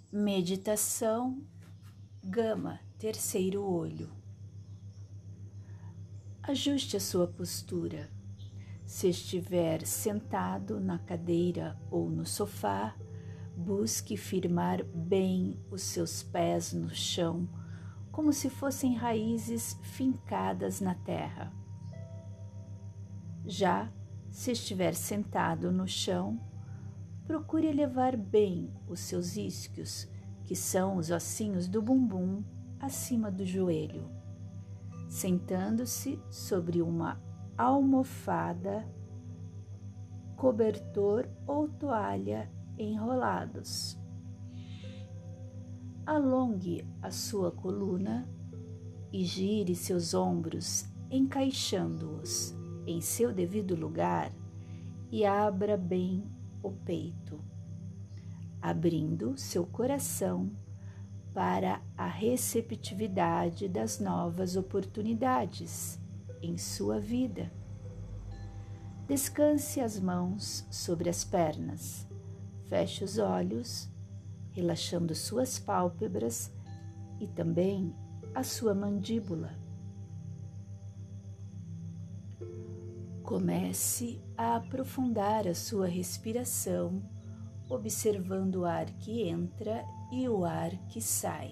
Meditação Gama, terceiro olho. Ajuste a sua postura. Se estiver sentado na cadeira ou no sofá, busque firmar bem os seus pés no chão, como se fossem raízes fincadas na terra. Já se estiver sentado no chão, procure elevar bem os seus isquios, que são os ossinhos do bumbum, acima do joelho, sentando-se sobre uma almofada, cobertor ou toalha enrolados. Alongue a sua coluna e gire seus ombros, encaixando-os em seu devido lugar, e abra bem o peito, abrindo seu coração para a receptividade das novas oportunidades em sua vida. Descanse as mãos sobre as pernas, feche os olhos, relaxando suas pálpebras e também a sua mandíbula. Comece a aprofundar a sua respiração, observando o ar que entra e o ar que sai.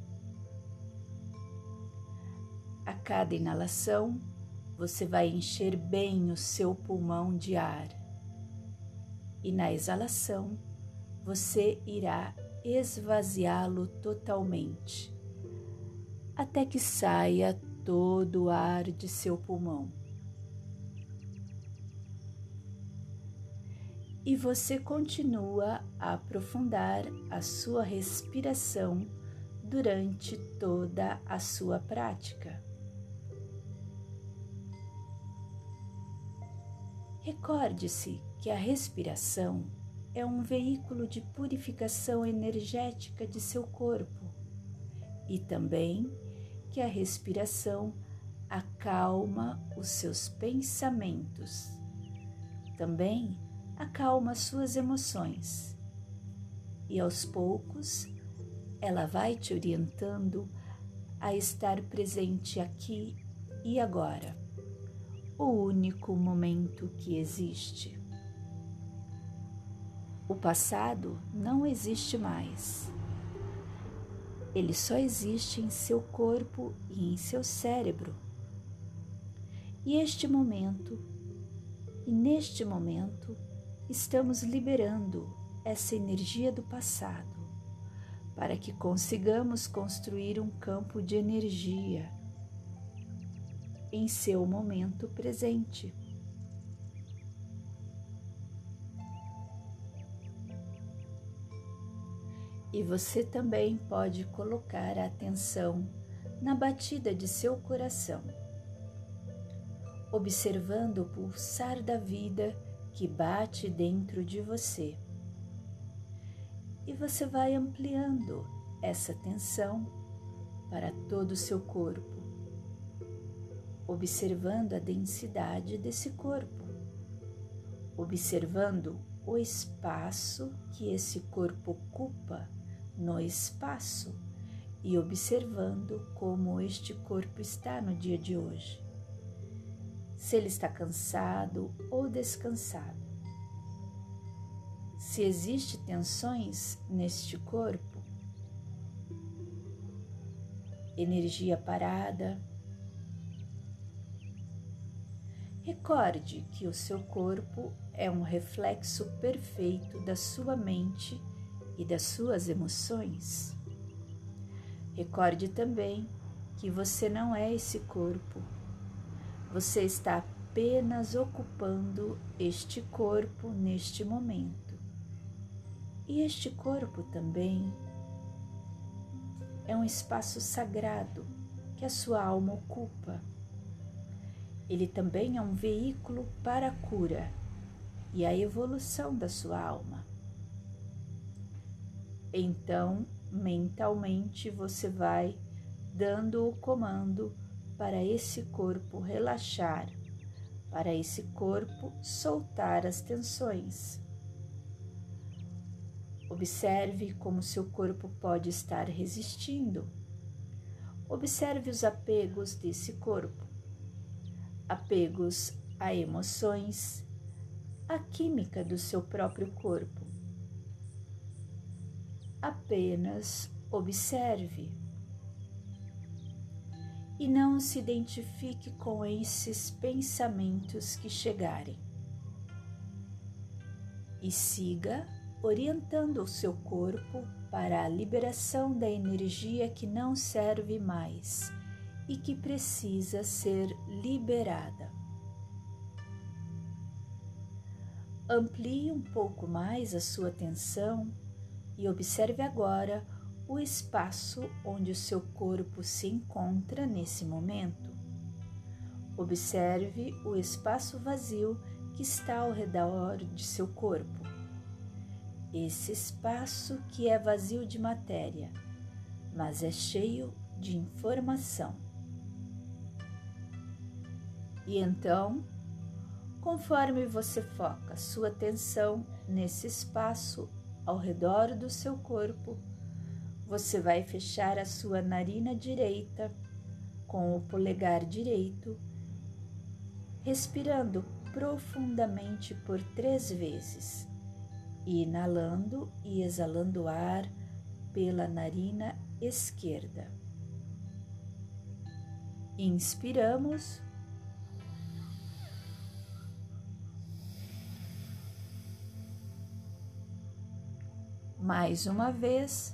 A cada inalação, você vai encher bem o seu pulmão de ar. E na exalação, você irá esvaziá-lo totalmente, até que saia todo o ar de seu pulmão. E você continua a aprofundar a sua respiração durante toda a sua prática. Recorde-se que a respiração é um veículo de purificação energética de seu corpo e também que a respiração acalma os seus pensamentos. Também acalma suas emoções e aos poucos ela vai te orientando a estar presente aqui e agora, o único momento que existe. O passado não existe mais. Ele só existe em seu corpo e em seu cérebro. E neste momento, estamos liberando essa energia do passado para que consigamos construir um campo de energia em seu momento presente. E você também pode colocar a atenção na batida de seu coração, observando o pulsar da vida que bate dentro de você. E você vai ampliando essa atenção para todo o seu corpo, observando a densidade desse corpo, observando o espaço que esse corpo ocupa no espaço e observando como este corpo está no dia de hoje. Se ele está cansado ou descansado. Se existem tensões neste corpo, energia parada. Recorde que o seu corpo é um reflexo perfeito da sua mente e das suas emoções. Recorde também que você não é esse corpo. Você está apenas ocupando este corpo neste momento. E este corpo também é um espaço sagrado que a sua alma ocupa. Ele também é um veículo para a cura e a evolução da sua alma. Então, mentalmente, você vai dando o comando para esse corpo relaxar, para esse corpo soltar as tensões. Observe como seu corpo pode estar resistindo. Observe os apegos desse corpo, apegos a emoções, a química do seu próprio corpo. Apenas observe e não se identifique com esses pensamentos que chegarem. E siga orientando o seu corpo para a liberação da energia que não serve mais e que precisa ser liberada. Amplie um pouco mais a sua atenção e observe agora o espaço onde o seu corpo se encontra nesse momento. Observe o espaço vazio que está ao redor de seu corpo. Esse espaço que é vazio de matéria, mas é cheio de informação. E então, conforme você foca sua atenção nesse espaço ao redor do seu corpo, você vai fechar a sua narina direita com o polegar direito, respirando profundamente por 3 vezes, inalando e exalando ar pela narina esquerda. Inspiramos. Mais uma vez.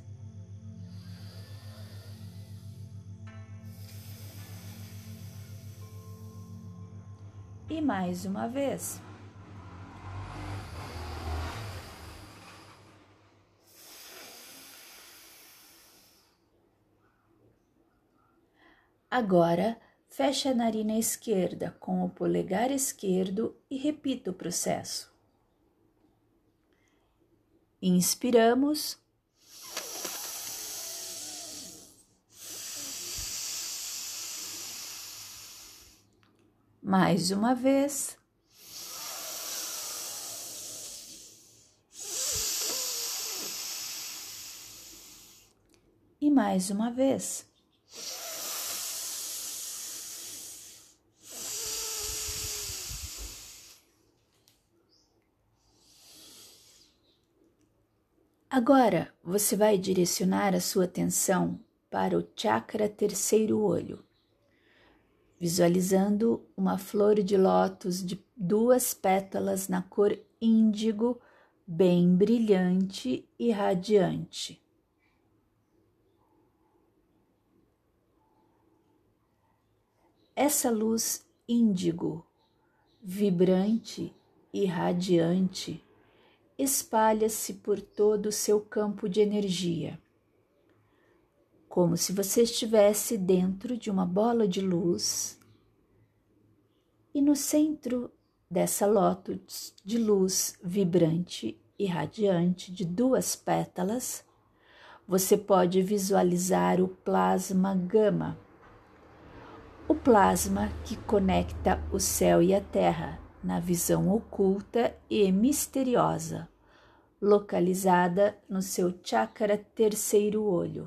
E mais uma vez. Agora, feche a narina esquerda com o polegar esquerdo e repita o processo. Inspiramos. Mais uma vez. E mais uma vez. Agora, você vai direcionar a sua atenção para o chakra terceiro olho, visualizando uma flor de lótus de 2 pétalas na cor índigo, bem brilhante e radiante. Essa luz índigo, vibrante e radiante, espalha-se por todo o seu campo de energia, como se você estivesse dentro de uma bola de luz, e no centro dessa lótus de luz vibrante e radiante de 2 pétalas, você pode visualizar o plasma gama, o plasma que conecta o céu e a terra na visão oculta e misteriosa, localizada no seu chakra terceiro olho.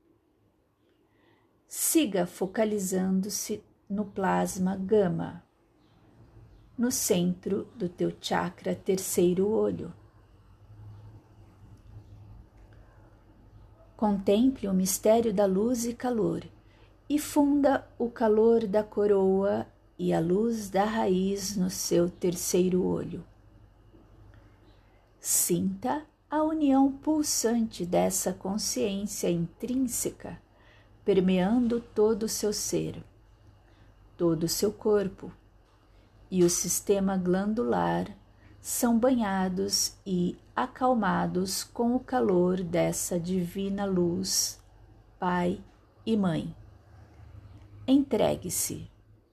Siga focalizando-se no plasma gama, no centro do teu chakra terceiro olho. Contemple o mistério da luz e calor e funda o calor da coroa e a luz da raiz no seu terceiro olho. Sinta a união pulsante dessa consciência intrínseca permeando todo o seu ser, todo o seu corpo, e o sistema glandular são banhados e acalmados com o calor dessa divina luz, Pai e Mãe. Entregue-se.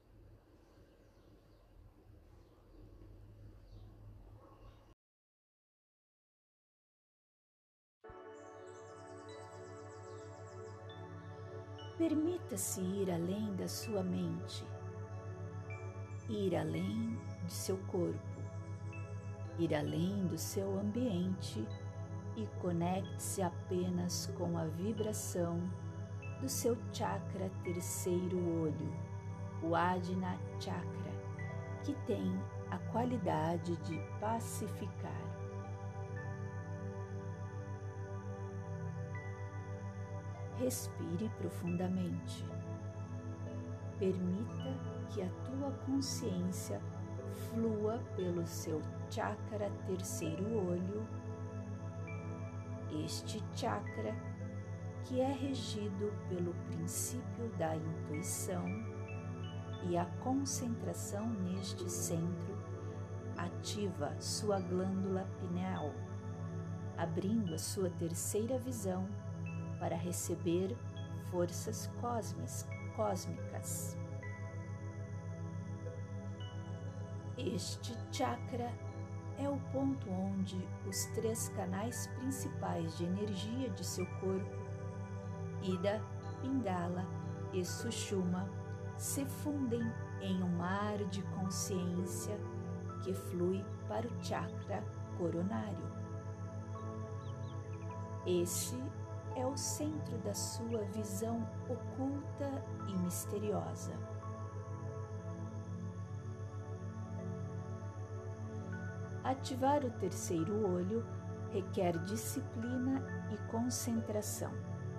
Permita-se ir além da sua mente, ir além de seu corpo, ir além do seu ambiente e conecte-se apenas com a vibração do seu chakra terceiro olho, o Ajna Chakra, que tem a qualidade de pacificar. Respire profundamente. Permita que a tua consciência flua pelo seu chakra terceiro olho, este chakra que é regido pelo princípio da intuição, e a concentração neste centro ativa sua glândula pineal, abrindo a sua terceira visão para receber forças cósmicas. Este chakra é o ponto onde os 3 canais principais de energia de seu corpo, Ida, Pingala e Sushumna, se fundem em um mar de consciência que flui para o chakra coronário. Esse é o centro da sua visão oculta e misteriosa. Ativar o terceiro olho requer disciplina e concentração.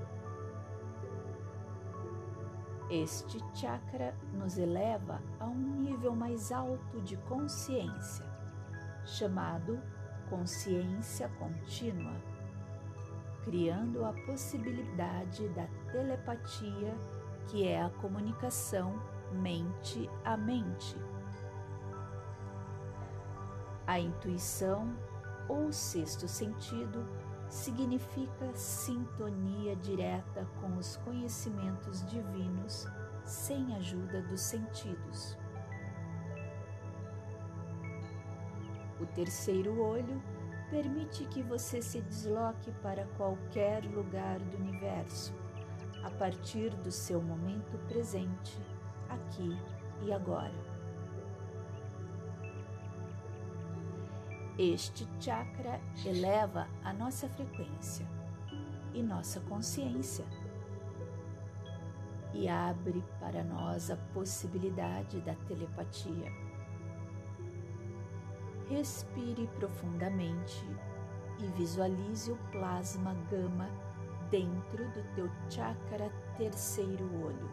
Este chakra nos eleva a um nível mais alto de consciência, chamado consciência contínua, criando a possibilidade da telepatia, que é a comunicação mente a mente. A intuição, ou sexto sentido, significa sintonia direta com os conhecimentos divinos sem ajuda dos sentidos. O terceiro olho permite que você se desloque para qualquer lugar do universo, a partir do seu momento presente, aqui e agora. Este chakra eleva a nossa frequência e nossa consciência e abre para nós a possibilidade da telepatia. Respire profundamente e visualize o plasma gama dentro do teu chakra terceiro olho.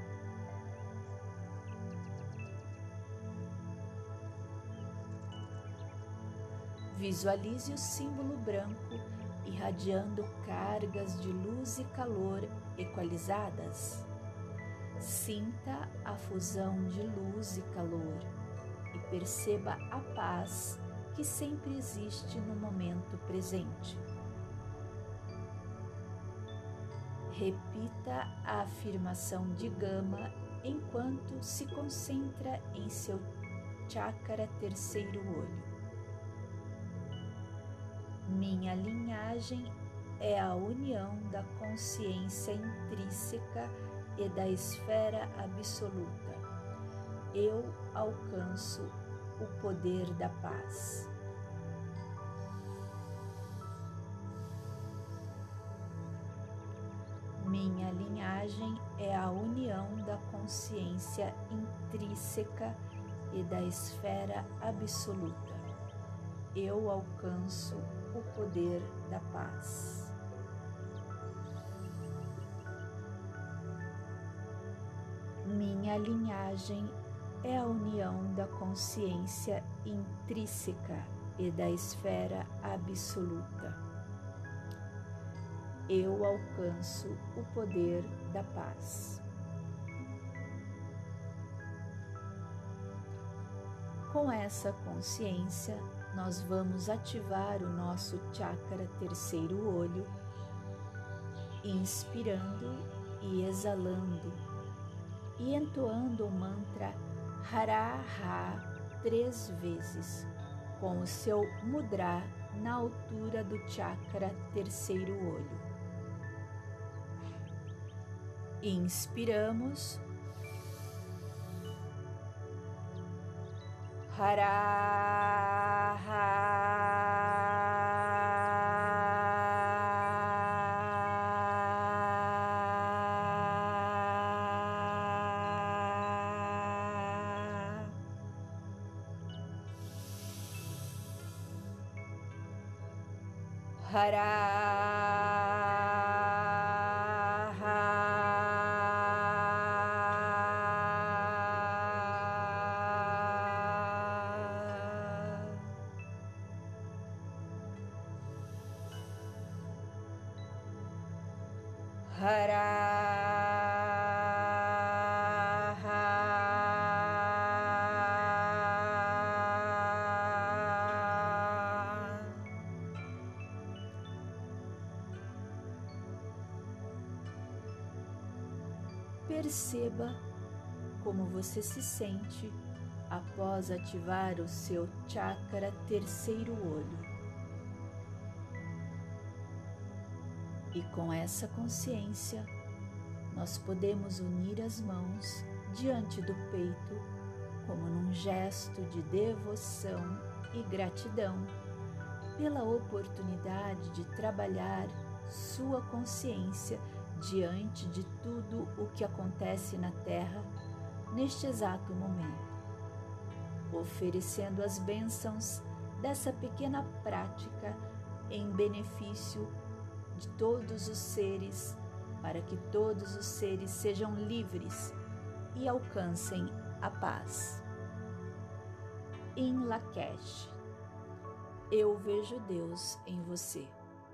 Visualize o símbolo branco irradiando cargas de luz e calor equalizadas. Sinta a fusão de luz e calor e perceba a paz que sempre existe no momento presente. Repita a afirmação de Gama enquanto se concentra em seu chakra terceiro olho. Minha linhagem é a união da consciência intrínseca e da esfera absoluta. Eu alcanço o poder da paz. Minha linhagem é a união da consciência intrínseca e da esfera absoluta. Eu alcanço o poder da paz. Minha linhagem é a união da consciência intrínseca e da esfera absoluta. Eu alcanço o poder da paz. Com essa consciência, nós vamos ativar o nosso chakra terceiro olho, inspirando e exalando, e entoando o mantra Hara-Ha 3 vezes, com o seu mudra na altura do chakra terceiro olho. Inspiramos. Hara-Ha. Perceba como você se sente após ativar o seu chakra terceiro olho. E com essa consciência, nós podemos unir as mãos diante do peito, como num gesto de devoção e gratidão pela oportunidade de trabalhar sua consciência diante de tudo o que acontece na Terra neste exato momento, oferecendo as bênçãos dessa pequena prática em benefício de todos os seres, para que todos os seres sejam livres e alcancem a paz. Em Lakesh, eu vejo Deus em você.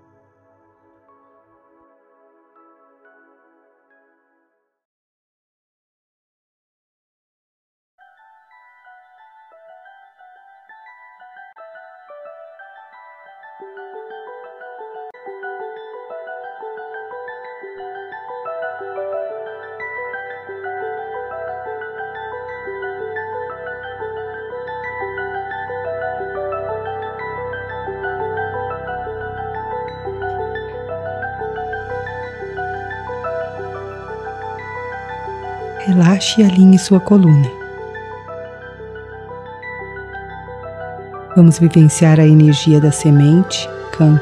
Relaxe e alinhe sua coluna. Vamos vivenciar a energia da semente Kan.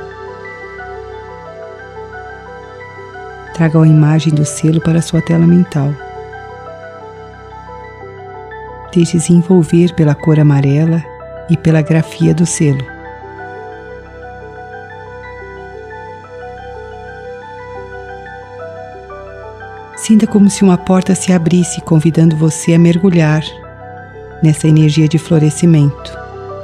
Traga a imagem do selo para sua tela mental. Deixe-se envolver pela cor amarela e pela grafia do selo. Sinta como se uma porta se abrisse, convidando você a mergulhar nessa energia de florescimento.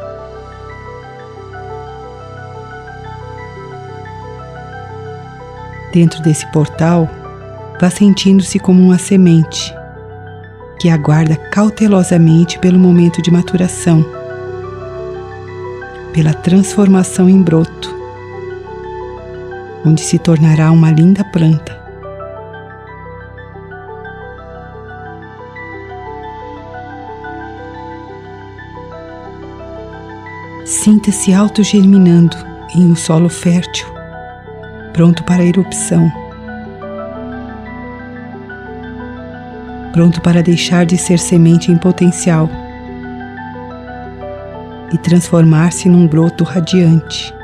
Dentro desse portal, vá sentindo-se como uma semente que aguarda cautelosamente pelo momento de maturação, pela transformação em broto, onde se tornará uma linda planta. Sinta-se autogerminando em um solo fértil, pronto para a erupção, pronto para deixar de ser semente em potencial e transformar-se num broto radiante.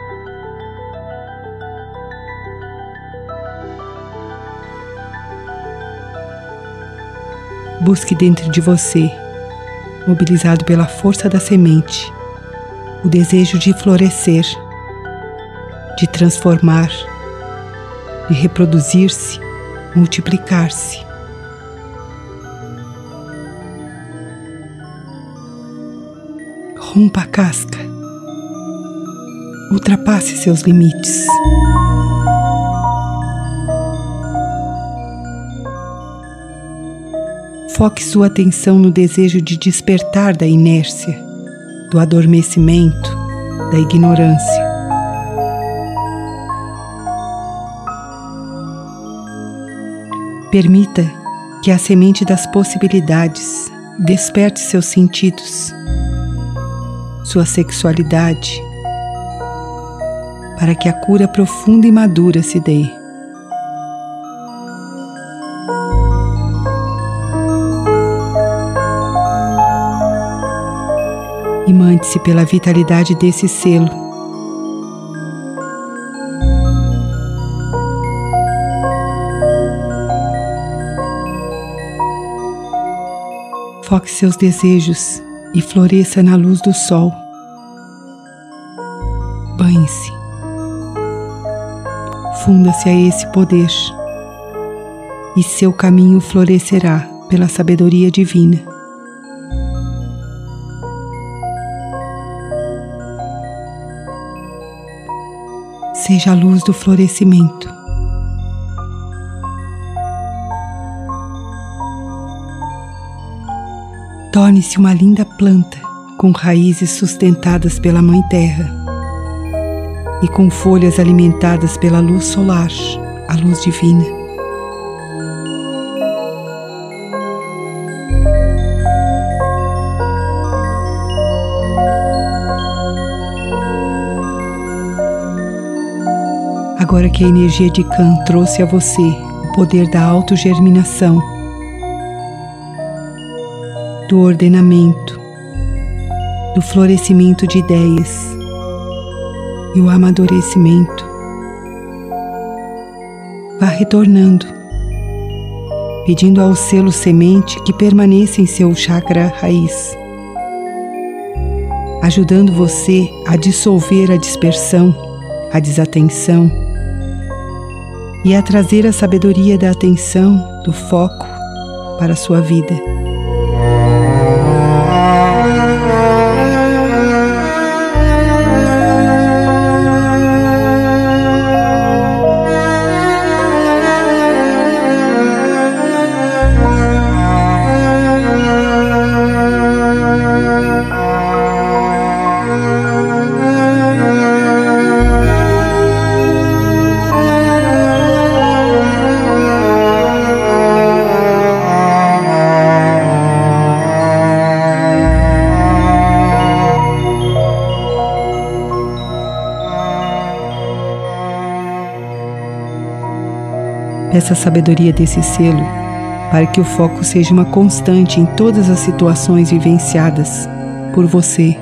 Busque dentro de você, mobilizado pela força da semente, o desejo de florescer, de transformar, de reproduzir-se, multiplicar-se. Rompa a casca, ultrapasse seus limites. Foque sua atenção no desejo de despertar da inércia, do adormecimento, da ignorância. Permita que a semente das possibilidades desperte seus sentidos, sua sexualidade, para que a cura profunda e madura se dê. Imante-se pela vitalidade desse selo. Foque seus desejos e floresça na luz do sol. Banhe-se. Funda-se a esse poder e seu caminho florescerá pela sabedoria divina. Seja a luz do florescimento. Torne-se uma linda planta com raízes sustentadas pela Mãe Terra e com folhas alimentadas pela luz solar, a luz divina. Agora que a energia de Kan trouxe a você o poder da autogerminação, do ordenamento, do florescimento de ideias e o amadurecimento, vá retornando, pedindo ao selo semente que permaneça em seu chakra raiz, ajudando você a dissolver a dispersão, a desatenção e a trazer a sabedoria da atenção, do foco para a sua vida. Peça a sabedoria desse selo para que o foco seja uma constante em todas as situações vivenciadas por você